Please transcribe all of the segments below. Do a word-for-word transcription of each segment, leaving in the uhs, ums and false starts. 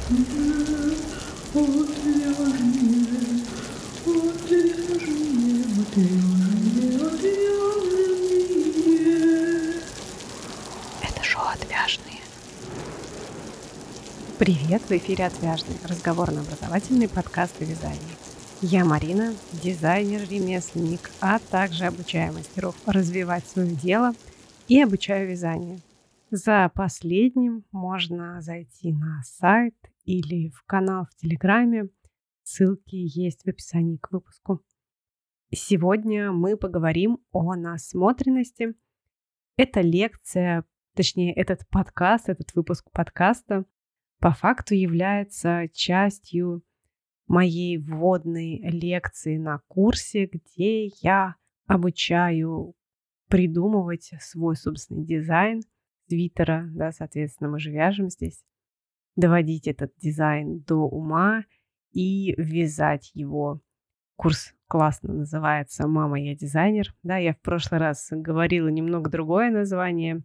Это шоу «Отвяжные». Привет, в эфире «Отвяжные» – разговорно-образовательный подкаст о вязании. Я Марина, дизайнер, ремесленник, а также обучаю мастеров развивать свое дело и обучаю вязанию. За последним можно зайти на сайт или в канал в Телеграме. Ссылки есть в описании к выпуску. Сегодня мы поговорим о насмотренности. Это лекция, точнее, этот подкаст, этот выпуск подкаста по факту является частью моей вводной лекции на курсе, где я обучаю придумывать свой собственный дизайн свитера, да, соответственно, мы же вяжем здесь, доводить этот дизайн до ума и вязать его. Курс классно называется «Мама, я дизайнер». Да, я в прошлый раз говорила немного другое название,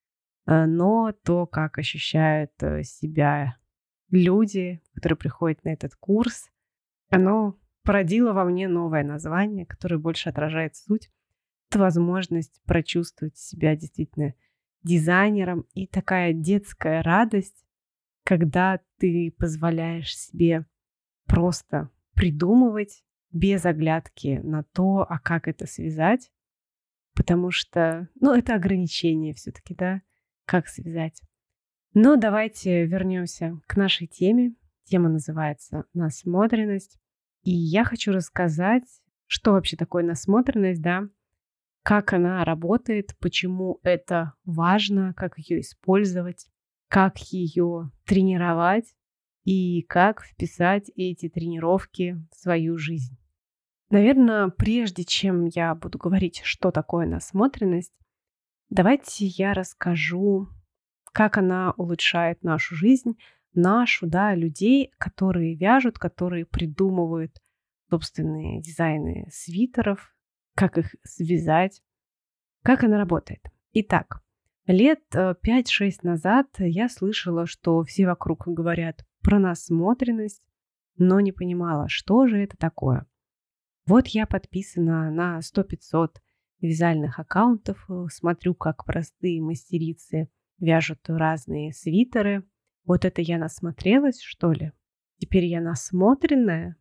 но то, как ощущают себя люди, которые приходят на этот курс, оно породило во мне новое название, которое больше отражает суть. Это возможность прочувствовать себя действительно дизайнером и такая детская радость, когда ты позволяешь себе просто придумывать без оглядки на то, а как это связать, потому что, ну, это ограничение все-таки, да, как связать. Но давайте вернемся к нашей теме. Тема называется «Насмотренность». И я хочу рассказать, что вообще такое насмотренность, да, как она работает, почему это важно, как ее использовать, как ее тренировать и как вписать эти тренировки в свою жизнь. Наверное, прежде чем я буду говорить, что такое насмотренность, давайте я расскажу, как она улучшает нашу жизнь, нашу, да, людей, которые вяжут, которые придумывают собственные дизайны свитеров, как их связать, как она работает. Итак, лет пять-шесть назад я слышала, что все вокруг говорят про насмотренность, но не понимала, что же это такое. Вот я подписана на сто-пятьсот вязальных аккаунтов, смотрю, как простые мастерицы вяжут разные свитеры. Вот это я насмотрелась, что ли? Теперь я насмотренная?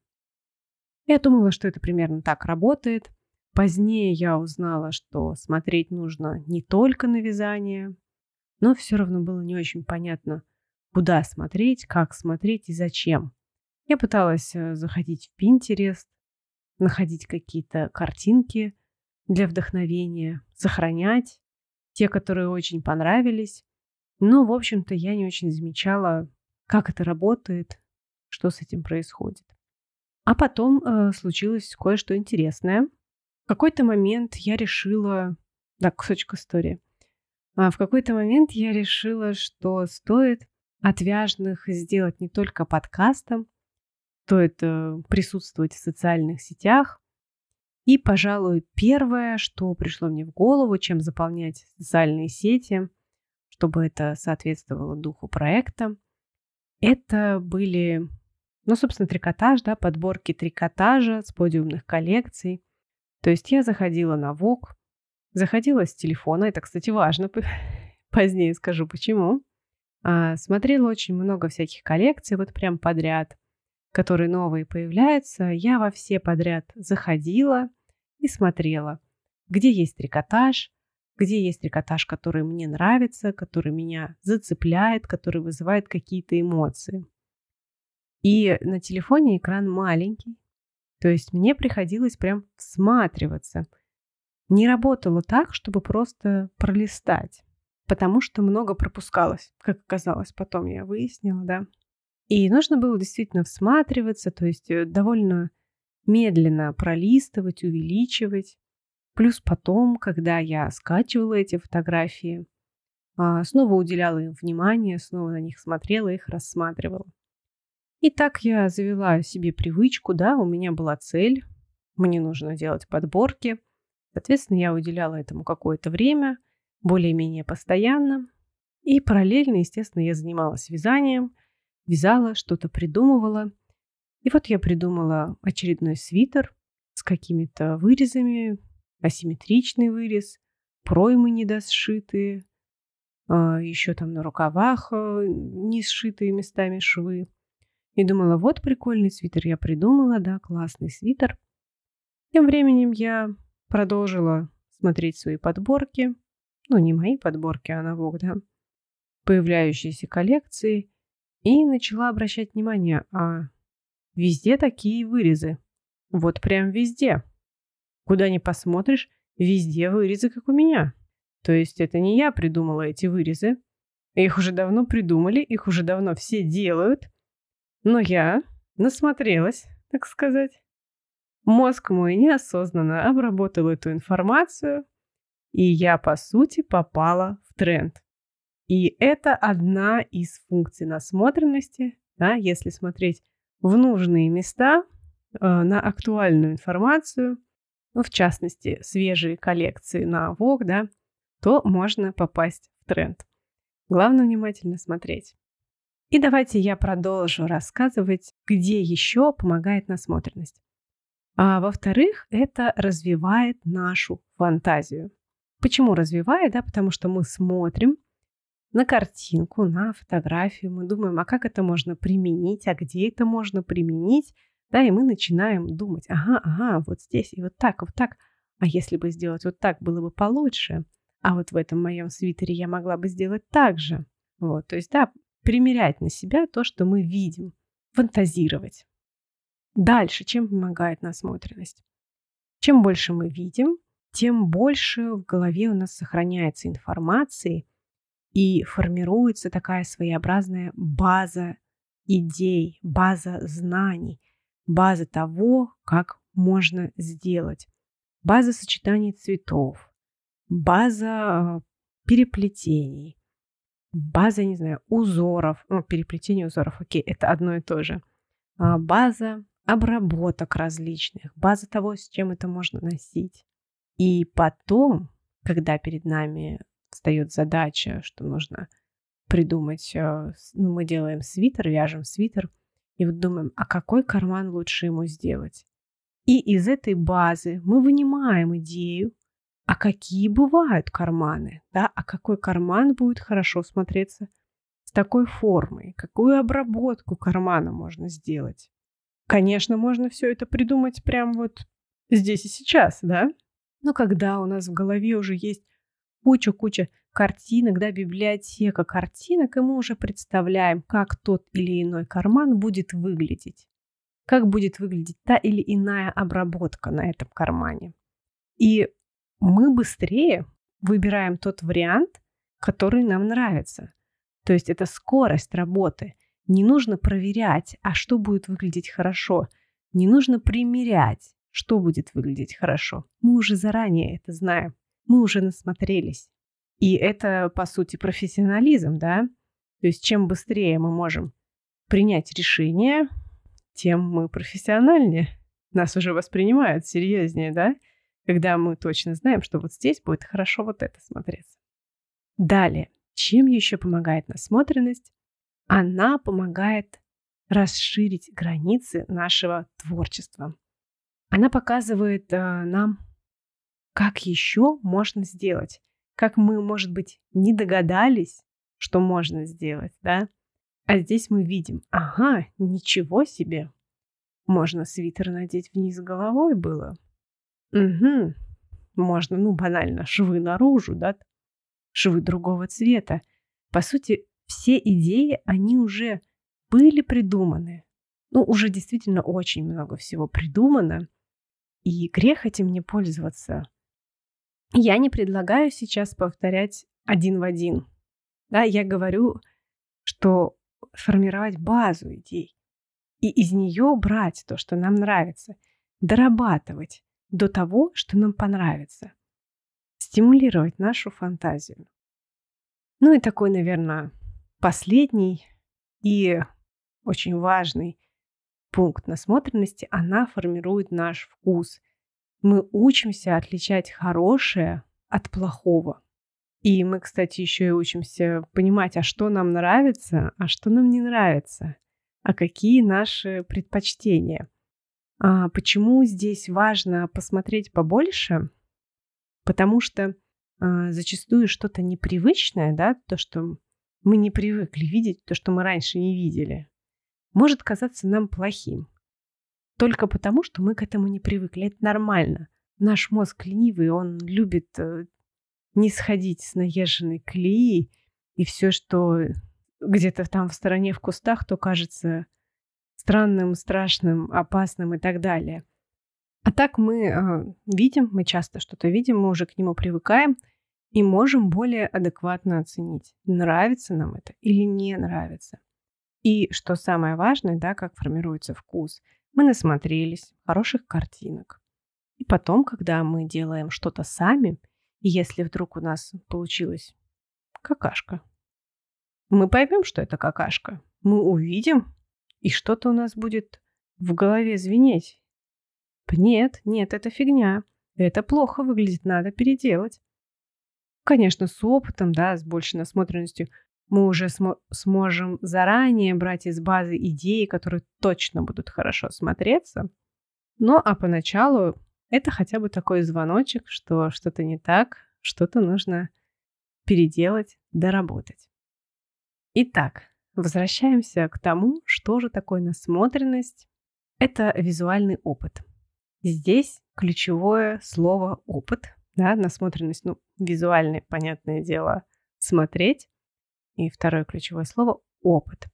Я думала, что это примерно так работает. Позднее я узнала, что смотреть нужно не только на вязание, но все равно было не очень понятно, куда смотреть, как смотреть и зачем. Я пыталась заходить в Pinterest, находить какие-то картинки для вдохновения, сохранять те, которые очень понравились. Но, в общем-то, я не очень замечала, как это работает, что с этим происходит. А потом э, случилось кое-что интересное. В какой-то момент я решила... Да, кусочек истории. А в какой-то момент я решила, что стоит отвяжных сделать не только подкастом, стоит э, присутствовать в социальных сетях. И, пожалуй, первое, что пришло мне в голову, чем заполнять социальные сети, чтобы это соответствовало духу проекта, это были, ну, собственно, трикотаж, да, подборки трикотажа с подиумных коллекций. То есть я заходила на Vogue, заходила с телефона, это, кстати, важно, позднее скажу почему. А, смотрела очень много всяких коллекций, вот прям подряд, которые новые появляются. Я во все подряд заходила и смотрела, где есть трикотаж, где есть трикотаж, который мне нравится, который меня зацепляет, который вызывает какие-то эмоции. И на телефоне экран маленький, то есть мне приходилось прям всматриваться. Не работало так, чтобы просто пролистать, потому что много пропускалось, как оказалось, потом я выяснила, да. И нужно было действительно всматриваться, то есть довольно медленно пролистывать, увеличивать. Плюс потом, когда я скачивала эти фотографии, снова уделяла им внимание, снова на них смотрела, их рассматривала. И так я завела себе привычку, да, у меня была цель, мне нужно делать подборки. Соответственно, я уделяла этому какое-то время, более-менее постоянно. И параллельно, естественно, я занималась вязанием. вязала, что-то придумывала. И вот я придумала очередной свитер с какими-то вырезами, асимметричный вырез, проймы недосшитые, а, еще там на рукавах а, не сшитые местами швы. И думала, вот прикольный свитер я придумала, да, классный свитер. Тем временем я продолжила смотреть свои подборки, ну, не мои подборки, а на Vogue, да, появляющиеся коллекции, и начала обращать внимание, а везде такие вырезы. Вот прям везде. Куда ни посмотришь, везде вырезы, как у меня. То есть это не я придумала эти вырезы. Их уже давно придумали, их уже давно все делают. Но я насмотрелась, так сказать. Мозг мой неосознанно обработал эту информацию, и я, по сути, попала в тренд. И это одна из функций насмотренности, да, если смотреть в нужные места, э, на актуальную информацию, ну, в частности, свежие коллекции на Vogue, да, то можно попасть в тренд. Главное внимательно смотреть. И давайте я продолжу рассказывать, где еще помогает насмотренность. А во-вторых, это развивает нашу фантазию. Почему развивает? Да, потому что мы смотрим на картинку, на фотографию, мы думаем, а как это можно применить, а где это можно применить, да, и мы начинаем думать, ага, ага, вот здесь и вот так, вот так, а если бы сделать вот так, было бы получше, а вот в этом моем свитере я могла бы сделать так же. Вот, то есть, да, примерять на себя то, что мы видим, фантазировать. Дальше, чем помогает насмотренность? Чем больше мы видим, тем больше в голове у нас сохраняется информации и формируется такая своеобразная база идей, база знаний, база того, как можно сделать, база сочетаний цветов, база переплетений, база, не знаю, узоров, ну, переплетение узоров, окей, это одно и то же, база обработок различных, база того, с чем это можно носить. И потом, когда перед нами встает задача, что нужно придумать, ну, мы делаем свитер, вяжем свитер, и вот думаем, а какой карман лучше ему сделать? И из этой базы мы вынимаем идею, а какие бывают карманы, да, а какой карман будет хорошо смотреться с такой формой, какую обработку кармана можно сделать. Конечно, можно все это придумать прямо вот здесь и сейчас, да? Но когда у нас в голове уже есть куча-куча картинок, да, библиотека картинок, и мы уже представляем, как тот или иной карман будет выглядеть, как будет выглядеть та или иная обработка на этом кармане. И мы быстрее выбираем тот вариант, который нам нравится. То есть это скорость работы. Не нужно проверять, а что будет выглядеть хорошо. Не нужно примерять, что будет выглядеть хорошо. Мы уже заранее это знаем. Мы уже насмотрелись. И это, по сути, профессионализм, да? То есть чем быстрее мы можем принять решение, тем мы профессиональнее. Нас уже воспринимают серьезнее, да? Когда мы точно знаем, что вот здесь будет хорошо вот это смотреться. Далее, чем еще помогает насмотренность? Она помогает расширить границы нашего творчества. Она показывает э, нам, как еще можно сделать, как мы, может быть, не догадались, что можно сделать, да? А здесь мы видим, ага, ничего себе, можно свитер надеть вниз головой было. Угу. Можно, ну, банально, швы наружу, да, швы другого цвета. По сути, все идеи, они уже были придуманы. Ну, уже действительно очень много всего придумано. И грех этим не пользоваться. Я не предлагаю сейчас повторять один в один. Да, я говорю, что формировать базу идей. И из нее брать то, что нам нравится. Дорабатывать до того, что нам понравится. Стимулировать нашу фантазию. Ну и такой, наверное, последний и очень важный пункт насмотренности, она формирует наш вкус. Мы учимся отличать хорошее от плохого. И мы, кстати, еще и учимся понимать, а что нам нравится, а что нам не нравится, а какие наши предпочтения. А почему здесь важно посмотреть побольше? Потому что а, зачастую что-то непривычное, да, то, что мы не привыкли видеть, то, что мы раньше не видели, может казаться нам плохим. Только потому, что мы к этому не привыкли. Это нормально. Наш мозг ленивый, он любит э, не сходить с наезженной колеи, и все, что где-то там в стороне в кустах, то кажется странным, страшным, опасным и так далее. А так мы э, видим, мы часто что-то видим, мы уже к нему привыкаем и можем более адекватно оценить, нравится нам это или не нравится. И что самое важное, да, как формируется вкус. Мы насмотрелись хороших картинок. И потом, когда мы делаем что-то сами, и если вдруг у нас получилась какашка, мы поймем, что это какашка. Мы увидим, и что-то у нас будет в голове звенеть. Нет, нет, это фигня. Это плохо выглядит, надо переделать. Конечно, с опытом, да, с большей насмотренностью мы уже смо- сможем заранее брать из базы идеи, которые точно будут хорошо смотреться. Ну, а поначалу это хотя бы такой звоночек, что что-то не так, что-то нужно переделать, доработать. Итак, возвращаемся к тому, что же такое насмотренность. Это визуальный опыт. Здесь ключевое слово «опыт». Да, насмотренность, ну, визуальное, понятное дело, смотреть. И второе ключевое слово – опыт.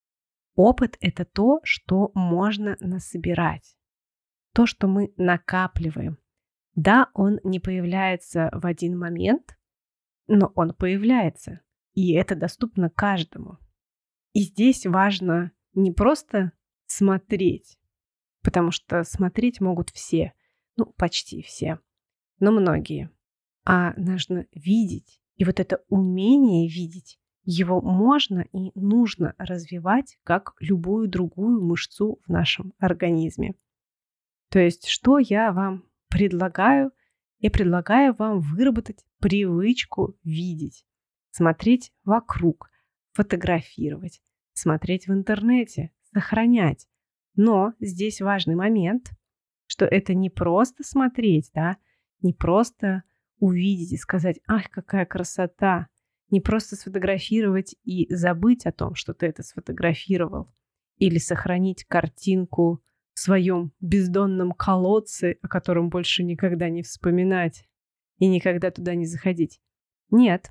Опыт – это то, что можно насобирать. То, что мы накапливаем. Да, он не появляется в один момент, но он появляется. И это доступно каждому. И здесь важно не просто смотреть, потому что смотреть могут все, ну, почти все, но многие. А нужно видеть. И вот это умение видеть, его можно и нужно развивать, как любую другую мышцу в нашем организме. То есть, что я вам предлагаю? Я предлагаю вам выработать привычку видеть, смотреть вокруг, фотографировать, смотреть в интернете, сохранять. Но здесь важный момент, что это не просто смотреть, да, не просто увидеть и сказать: «Ах, какая красота!» Не просто сфотографировать и забыть о том, что ты это сфотографировал. Или сохранить картинку в своем бездонном колодце, о котором больше никогда не вспоминать и никогда туда не заходить. Нет.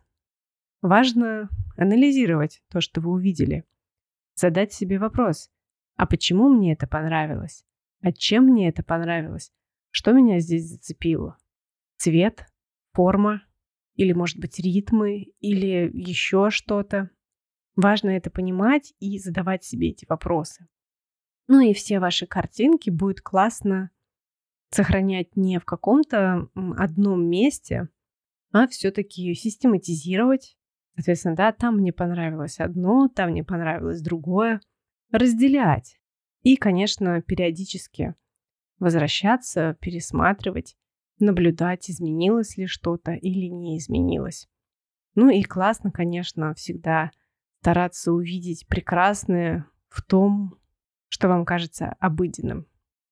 Важно анализировать то, что вы увидели. Задать себе вопрос: а почему мне это понравилось? А чем мне это понравилось? Что меня здесь зацепило? Цвет? Форма? Или, может быть, ритмы? Или еще что-то? Важно это понимать и задавать себе эти вопросы. Ну и все ваши картинки будет классно сохранять не в каком-то одном месте, а все-таки систематизировать. Соответственно, да, там мне понравилось одно, там мне понравилось другое. Разделять. И, конечно, периодически возвращаться, пересматривать, наблюдать, изменилось ли что-то или не изменилось. Ну и классно, конечно, всегда стараться увидеть прекрасное в том, что вам кажется обыденным.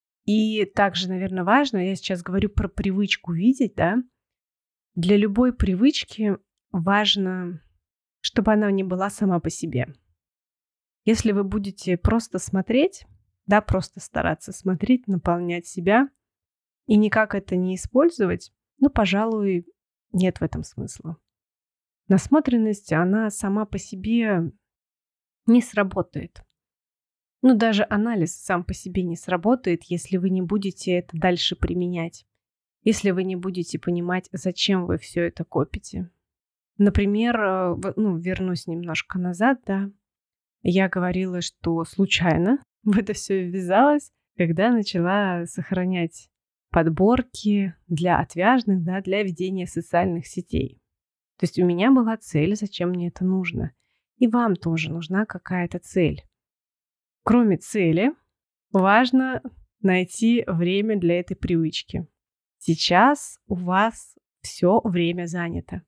И также, наверное, важно, я сейчас говорю про привычку видеть, да, для любой привычки важно, чтобы она не была сама по себе. Если вы будете просто смотреть, да, просто стараться смотреть, наполнять себя и никак это не использовать, ну, пожалуй, нет в этом смысла. Насмотренность, она сама по себе не сработает. Ну, даже анализ сам по себе не сработает, если вы не будете это дальше применять, если вы не будете понимать, зачем вы все это копите. Например, ну, вернусь немножко назад, да, я говорила, что случайно в это все ввязалась, когда начала сохранять подборки для отвяжных, да, для ведения социальных сетей. То есть у меня была цель, зачем мне это нужно. И вам тоже нужна какая-то цель. Кроме цели, важно найти время для этой привычки. Сейчас у вас все время занято.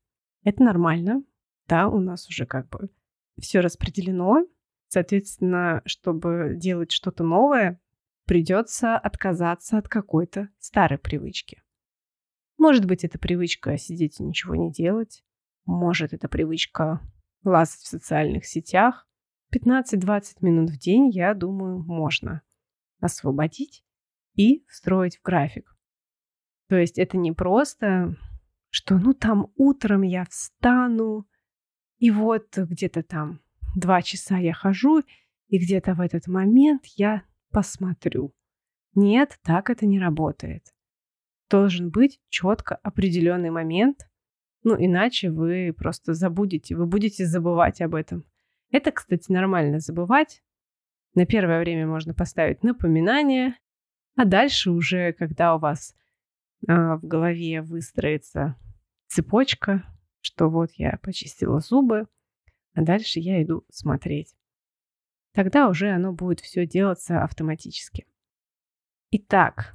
Это нормально. Да, у нас уже как бы все распределено. Соответственно, чтобы делать что-то новое, придется отказаться от какой-то старой привычки. Может быть, это привычка сидеть и ничего не делать. Может, это привычка лазать в социальных сетях. пятнадцать-двадцать минут в день, я думаю, можно освободить и встроить в график. То есть это не просто, что ну там утром я встану, и вот где-то там два часа я хожу, и где-то в этот момент я посмотрю. Нет, так это не работает. Должен быть четко определенный момент, ну иначе вы просто забудете, вы будете забывать об этом. Это, кстати, нормально забывать. На первое время можно поставить напоминание, а дальше уже, когда у вас а, в голове выстроится цепочка, что вот я почистила зубы, а дальше я иду смотреть. Тогда уже оно будет все делаться автоматически. Итак,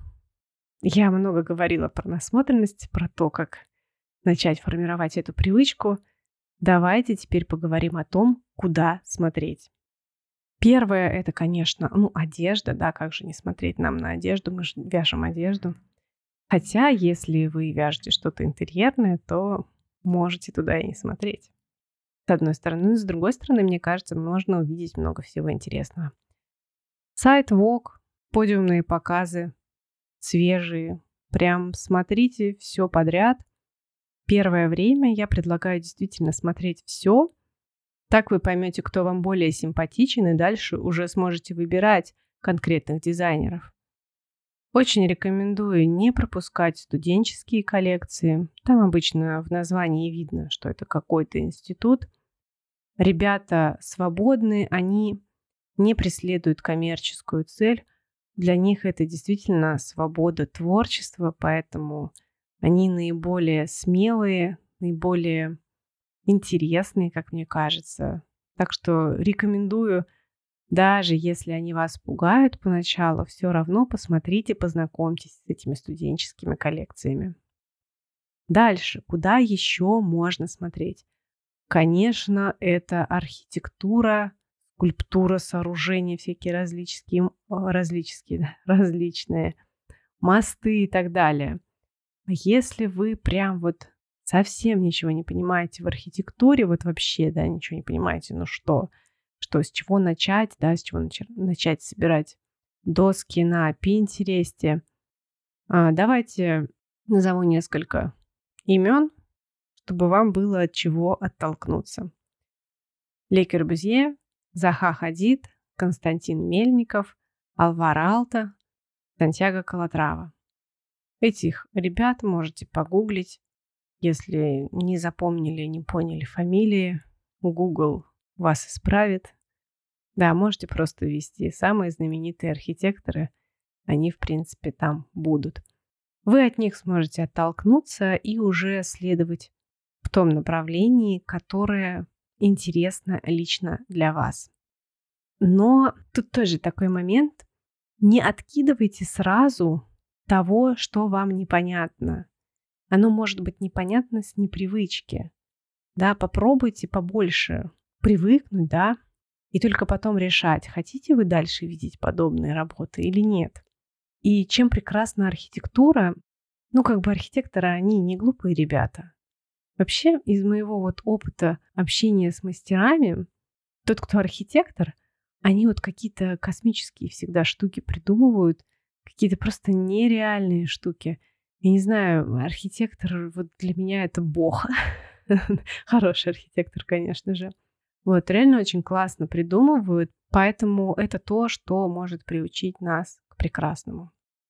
я много говорила про насмотренность, про то, как начать формировать эту привычку. Давайте теперь поговорим о том, куда смотреть. Первое – это, конечно, ну, одежда, да, как же не смотреть нам на одежду, мы же вяжем одежду. Хотя, если вы вяжете что-то интерьерное, то можете туда и не смотреть. С одной стороны, но с другой стороны, мне кажется, можно увидеть много всего интересного. Сайт Vogue, подиумные показы, свежие. Прям смотрите все подряд. Первое время я предлагаю действительно смотреть все. Так вы поймете, кто вам более симпатичен, и дальше уже сможете выбирать конкретных дизайнеров. Очень рекомендую не пропускать студенческие коллекции. Там обычно в названии видно, что это какой-то институт. Ребята свободны, они не преследуют коммерческую цель. Для них это действительно свобода творчества, поэтому они наиболее смелые, наиболее интересные, как мне кажется. Так что рекомендую, даже если они вас пугают поначалу, все равно посмотрите, познакомьтесь с этими студенческими коллекциями. Дальше, куда еще можно смотреть? Конечно, это архитектура, скульптура, сооружения всякие различные, различные, да, различные, мосты и так далее. А если вы прям вот совсем ничего не понимаете в архитектуре, вот вообще, да, ничего не понимаете, ну что, что, с чего начать, да, с чего нач- начать собирать доски на Пинтересте. А, давайте назову несколько имен, чтобы вам было от чего оттолкнуться. Ле Корбюзье, Заха Хадид, Константин Мельников, Алваро Алта, Сантьяго Калатрава. Этих ребят можете погуглить. Если не запомнили, не поняли фамилии, Google вас исправит. Да, можете просто ввести самые знаменитые архитекторы. Они, в принципе, там будут. Вы от них сможете оттолкнуться и уже следовать в том направлении, которое интересно лично для вас. Но тут тоже такой момент. Не откидывайте сразу того, что вам непонятно. Оно может быть непонятно с непривычки. Да, попробуйте побольше привыкнуть, да, и только потом решать, хотите вы дальше видеть подобные работы или нет. И чем прекрасна архитектура, ну, как бы архитекторы, они не глупые ребята. Вообще, из моего вот опыта общения с мастерами, тот, кто архитектор, они вот какие-то космические всегда штуки придумывают, какие-то просто нереальные штуки. Я не знаю, архитектор, вот для меня это бог. Хороший архитектор, конечно же. Вот, реально очень классно придумывают, поэтому это то, что может приучить нас к прекрасному.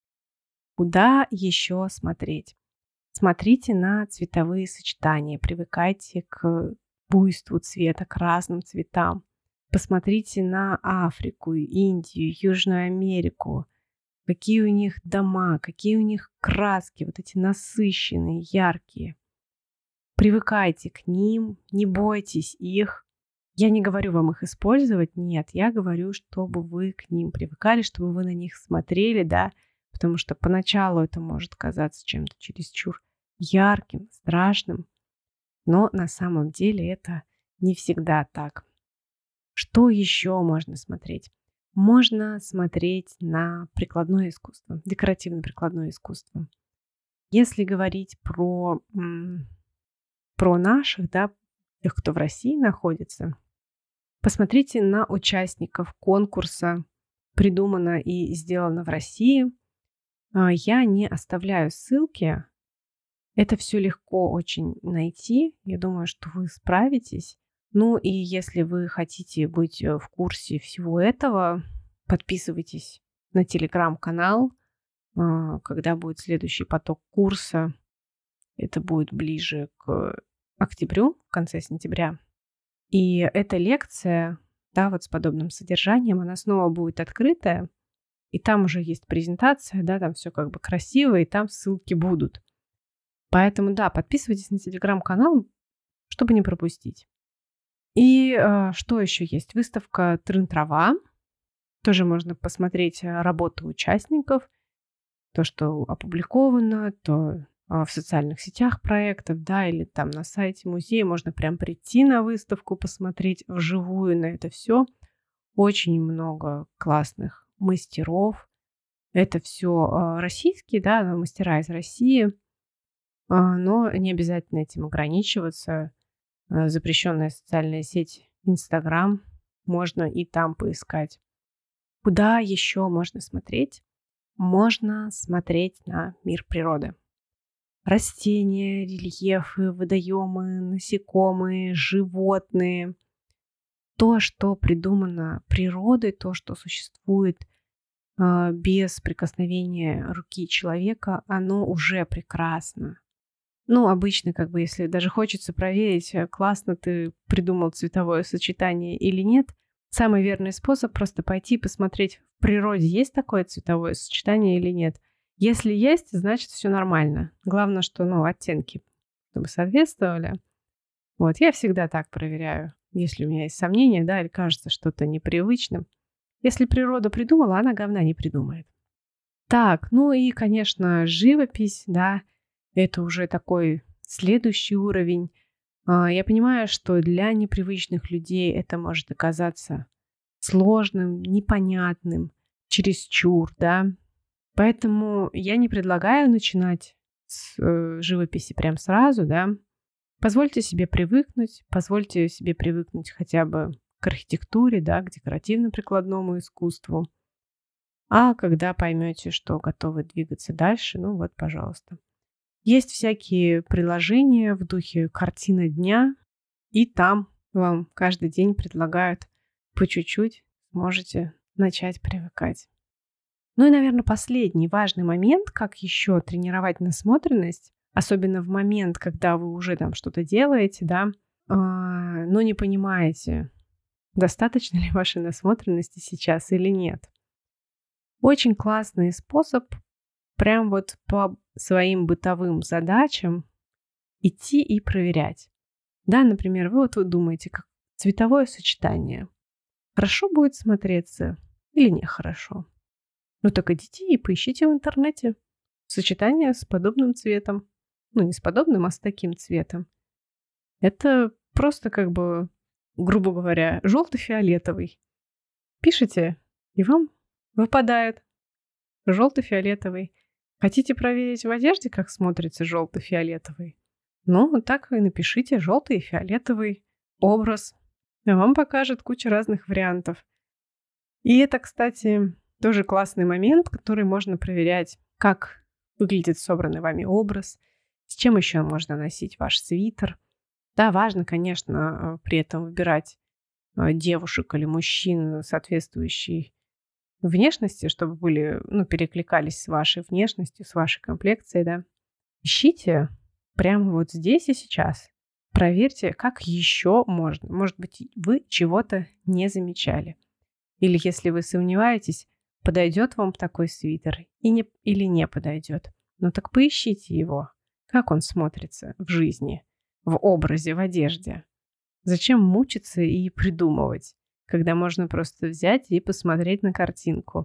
Куда еще смотреть? Смотрите на цветовые сочетания, привыкайте к буйству цвета, к разным цветам. Посмотрите на Африку, Индию, Южную Америку. Какие у них дома, какие у них краски, вот эти насыщенные, яркие. Привыкайте к ним, не бойтесь их. Я не говорю вам их использовать, нет, я говорю, чтобы вы к ним привыкали, чтобы вы на них смотрели, да, потому что поначалу это может казаться чем-то чересчур ярким, страшным. Но на самом деле это не всегда так. Что еще можно смотреть? Можно смотреть на прикладное искусство, декоративно-прикладное искусство. Если говорить про, м, про наших, да, тех, кто в России находится, посмотрите на участников конкурса «Придумано и сделано в России». А, Я не оставляю ссылки. Это все легко очень найти. Я думаю, что вы справитесь. Ну и если вы хотите быть э, в курсе всего этого, подписывайтесь на телеграм-канал. А, Когда будет следующий поток курса, это будет ближе к октябрю, в конце сентября. И эта лекция, да, вот с подобным содержанием, она снова будет открытая. И там уже есть презентация, да, там все как бы красиво, и там ссылки будут. Поэтому, да, подписывайтесь на телеграм-канал, чтобы не пропустить. И э, что еще есть? Выставка «Трын-трава». Тоже можно посмотреть э, работы участников, то, что опубликовано, то а, в социальных сетях проектов, да, или там на сайте музея. Можно прям прийти на выставку, посмотреть вживую на это все. Очень много классных мастеров. Это все российские, да, мастера из России, а, но не обязательно этим ограничиваться. А, Запрещенная социальная сеть Инстаграм, можно и там поискать. Куда еще можно смотреть? Можно смотреть на мир природы. Растения, рельефы, водоемы, насекомые, животные. То, что придумано природой, то, что существует а, без прикосновения руки человека, оно уже прекрасно. Ну, обычно, как бы, если даже хочется проверить, э, классно ты придумал цветовое сочетание или нет, самый верный способ просто пойти посмотреть в природе, есть такое цветовое сочетание или нет. Если есть, значит, все нормально. Главное, что, ну, оттенки, чтобы соответствовали. Вот, я всегда так проверяю, если у меня есть сомнения, да, или кажется что-то непривычным. Если природа придумала, она говна не придумает. Так, ну и, конечно, живопись, да, это уже такой следующий уровень. А, Я понимаю, что для непривычных людей это может оказаться сложным, непонятным, чересчур, да. Поэтому я не предлагаю начинать с э, живописи прям сразу, да. Позвольте себе привыкнуть, позвольте себе привыкнуть хотя бы к архитектуре, да, к декоративно-прикладному искусству. А когда поймете, что готовы двигаться дальше, ну вот, пожалуйста. Есть всякие приложения в духе «Картина дня», и там вам каждый день предлагают по чуть-чуть, можете начать привыкать. Ну и, наверное, последний важный момент, как еще тренировать насмотренность, особенно в момент, когда вы уже там что-то делаете, да, а, но не понимаете, достаточно ли вашей насмотренности сейчас или нет. Очень классный способ прям вот по своим бытовым задачам идти и проверять. Да, например, вы вот вы думаете, как цветовое сочетание хорошо будет смотреться или нехорошо. Ну так идите и поищите в интернете сочетание с подобным цветом. Ну не с подобным, а с таким цветом. Это просто как бы, грубо говоря, желто-фиолетовый. Пишите, и вам выпадает желто-фиолетовый. Хотите проверить в одежде, как смотрится желто-фиолетовый? Ну, так и напишите желтый и фиолетовый образ. Вам покажет кучу разных вариантов. И это, кстати, тоже классный момент, который можно проверять, как выглядит собранный вами образ, с чем еще можно носить ваш свитер. Да, важно, конечно, при этом выбирать девушек или мужчин соответствующей внешности, чтобы были, ну, перекликались с вашей внешностью, с вашей комплекцией, да. Ищите прямо вот здесь и сейчас. Проверьте, как еще можно. Может быть, вы чего-то не замечали. Или если вы сомневаетесь, подойдет вам такой свитер и не, или не подойдет. Ну так поищите его. Как он смотрится в жизни, в образе, в одежде. Зачем мучиться и придумывать, когда можно просто взять и посмотреть на картинку.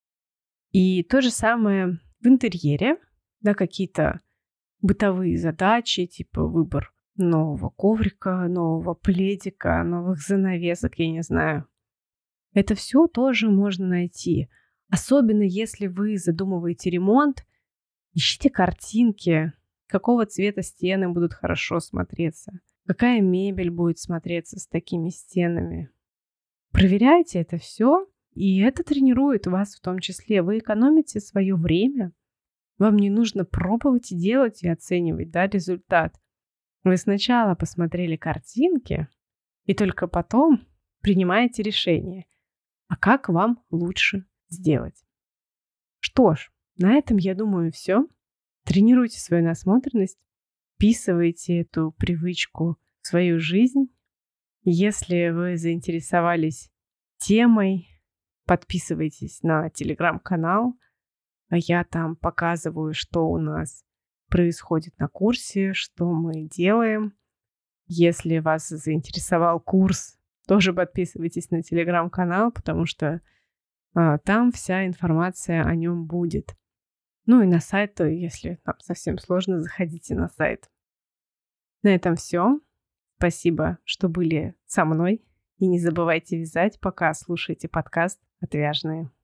И то же самое в интерьере, да, какие-то бытовые задачи, типа выбор нового коврика, нового пледика, новых занавесок, я не знаю. Это все тоже можно найти. Особенно если вы задумываете ремонт, ищите картинки, какого цвета стены будут хорошо смотреться, какая мебель будет смотреться с такими стенами. Проверяйте это все, и это тренирует вас в том числе. Вы экономите свое время. Вам не нужно пробовать и делать и оценивать, да, результат. Вы сначала посмотрели картинки, и только потом принимаете решение, а как вам лучше сделать. Что ж, на этом, я думаю, все. Тренируйте свою насмотренность, вписывайте эту привычку в свою жизнь. Если вы заинтересовались темой, подписывайтесь на телеграм-канал. Я там показываю, что у нас происходит на курсе, что мы делаем. Если вас заинтересовал курс, тоже подписывайтесь на телеграм-канал, потому что а, там вся информация о нем будет. Ну и на сайт, если вам совсем сложно, заходите на сайт. На этом все. Спасибо, что были со мной. И не забывайте вязать, пока слушаете подкаст «Отвяжные».